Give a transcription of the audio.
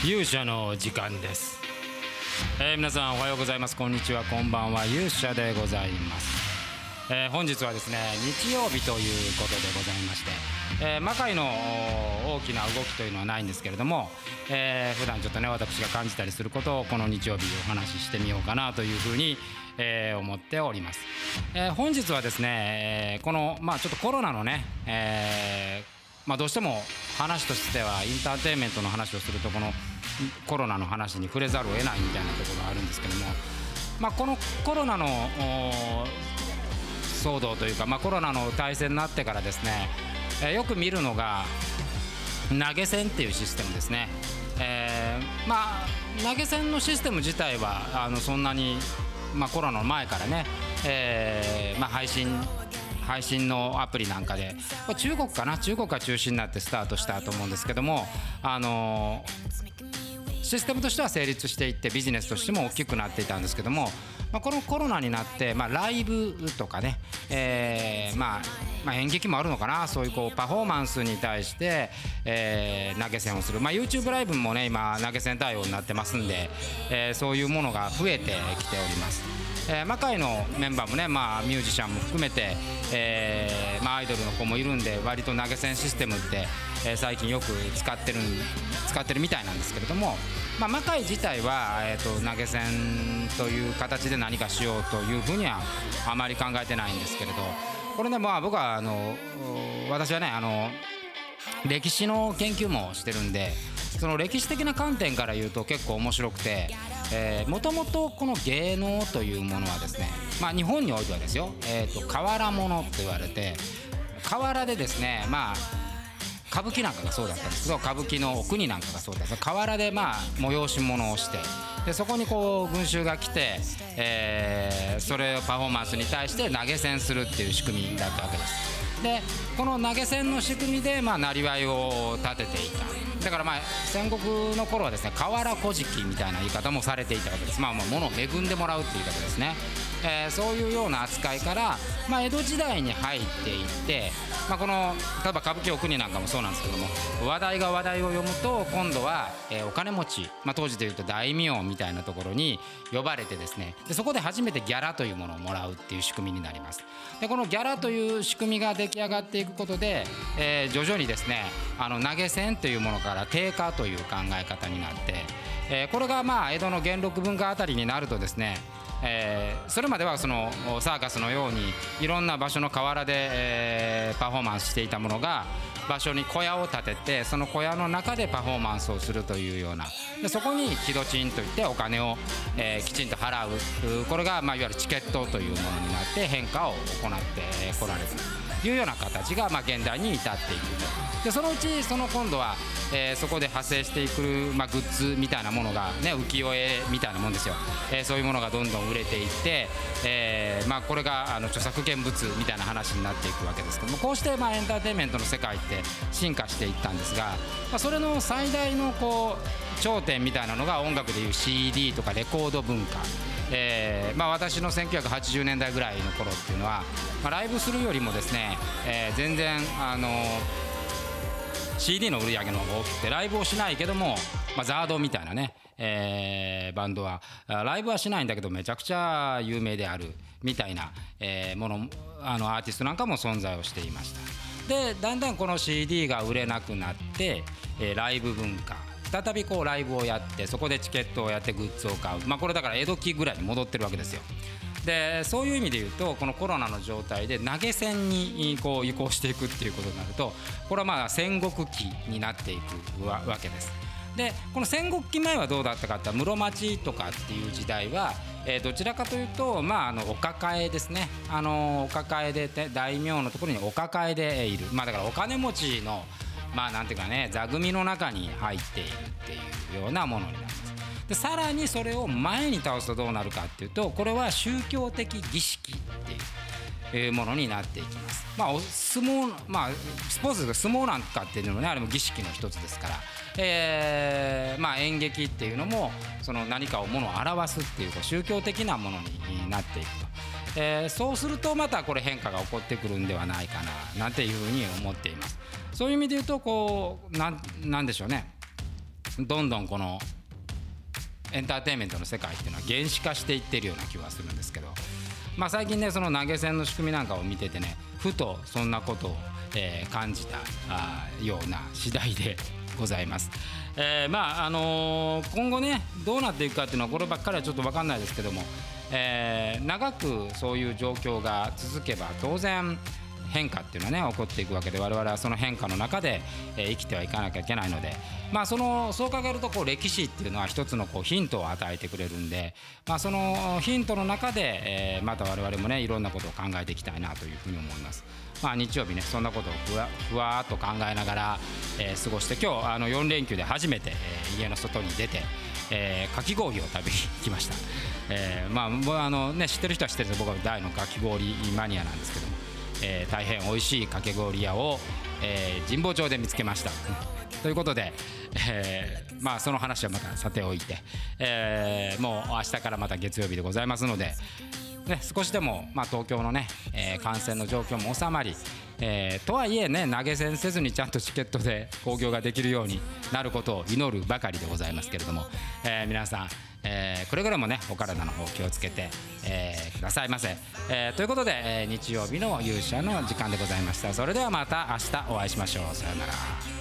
勇者の時間です。皆さんおはようございます、こんにちは、こんばんは。勇者でございます。本日はですね、日曜日ということでございまして、魔界の大きな動きというのはないんですけれども、普段ちょっとね私が感じたりすることをこの日曜日お話ししてみようかなというふうに、思っております。本日はですね、このちょっとコロナのね、どうしても話としてはインターテインメントの話をするとこのコロナの話に触れざるを得ないみたいなところがあるんですけども、このコロナの騒動というか、コロナの体制になってからですね、よく見るのが投げ銭っていうシステムですね。投げ銭のシステム自体はそんなに、コロナの前からね、配信のアプリなんかで中国が中心になってスタートしたと思うんですけども、システムとしては成立していってビジネスとしても大きくなっていたんですけども、このコロナになって、ライブとかね、演劇もあるのかな、そういうパフォーマンスに対して、投げ銭をする、YouTube ライブもね今投げ銭対応になってますんで、そういうものが増えてきております。魔界のメンバーもね、ミュージシャンも含めて、アイドルの子もいるんで、割と投げ銭システムって、最近よく使ってるみたいなんですけれども、魔界自体は、投げ銭という形で何かしようというふうにはあまり考えてないんですけれど、これね、僕は私はね歴史の研究もしてるんで、その歴史的な観点から言うと結構面白くて、もともとこの芸能というものはですね、日本においてはですよ、瓦物と言われて、瓦でですね、歌舞伎なんかがそうだったんですけど、歌舞伎のお国なんかがそうだったんですけど、瓦で催し物をして、でそこに群衆が来て、それをパフォーマンスに対して投げ銭するっていう仕組みだったわけです。でこの投げ銭の仕組みでなりわいを立てていた。だから戦国の頃はですね、瓦小敷みたいな言い方もされていたわけです。物を恵んでもらうっていう言い方ですね。そういうような扱いから、江戸時代に入っていって、この例えば歌舞伎お国なんかもそうなんですけども、話題を読むと今度は、お金持ち、当時でいうと大名みたいなところに呼ばれてですね、でそこで初めてギャラというものをもらうっていう仕組みになります。でこのギャラという仕組みが出来上がっていくことで、徐々にですね投げ銭というものから定価という考え方になって、これが江戸の元禄文化あたりになるとですね、それまではそのサーカスのようにいろんな場所の河原で、パフォーマンスしていたものが場所に小屋を建てて、その小屋の中でパフォーマンスをするというような、でそこに木戸賃といってお金を、きちんと払う、これがいわゆるチケットというものになって変化を行ってこられるというような形が現代に至っていくと。でそのうち今度は、そこで派生していく、グッズみたいなものがね、浮世絵みたいなもんですよ。そういうものがどんどん売れていって、これが著作権物みたいな話になっていくわけですけども、こうしてエンターテインメントの世界って進化していったんですが、それの最大の頂点みたいなのが音楽でいう CD とかレコード文化。私の1980年代ぐらいの頃っていうのは、ライブするよりもですね、全然CD の売り上げの方が大きくて、ライブをしないけども、ザードみたいなね、バンドはライブはしないんだけどめちゃくちゃ有名であるみたいな、ものアーティストなんかも存在をしていました。でだんだんこの CD が売れなくなって、ライブ文化、再びライブをやって、そこでチケットをやってグッズを買う、これだから江戸期ぐらいに戻ってるわけですよ。でそういう意味で言うと、このコロナの状態で投げ銭に移行していくっていうことになると、これは戦国期になっていくわけです。でこの戦国期前はどうだったかって室町とかっていう時代は、どちらかというと、お抱えですね。お抱えで大名のところにお抱えでいる、だからお金持ちのなんていうかね、座組の中に入っているっていうようなものになります。でさらにそれを前に倒すとどうなるかっていうと、これは宗教的儀式っていうものになっていきます。相撲、スポーツで相撲なんかっていうのもね、あれも儀式の一つですから、演劇っていうのもその何かをものを表すっていう宗教的なものになっていくと、そうするとまたこれ変化が起こってくるんではないかななんていうふうに思っています。そういう意味で言うとなんでしょうね、 どんどんこのエンターテインメントの世界っていうのは原始化していってるような気はするんですけど、最近ねその投げ銭の仕組みなんかを見ててね、ふとそんなことを、感じたような次第でございます。今後ねどうなっていくかっていうのはこればっかりはちょっと分かんないですけども、長くそういう状況が続けば当然変化っていうのはね起こっていくわけで、我々はその変化の中で、生きてはいかなきゃいけないので、そう考えると歴史っていうのは一つのヒントを与えてくれるんで、そのヒントの中で、また我々もねいろんなことを考えていきたいなというふうに思います。日曜日ねそんなことをふわっと考えながら、過ごして、今日4連休で初めて、家の外に出て、かき氷を食べに行きました。知ってる人は知ってるんですけど、僕は大のかき氷マニアなんですけども、大変美味しいかけ氷屋を、神保町で見つけましたということで、その話はまたさておいて、もう明日からまた月曜日でございますので、少しでも、東京のね、感染の状況も収まり、とはいえね投げ銭せずにちゃんとチケットで興行ができるようになることを祈るばかりでございますけれども、皆さん、くれぐれもねお体の方気をつけて、くださいませ。ということで、日曜日の勇者の時間でございました。それではまた明日お会いしましょう。さようなら。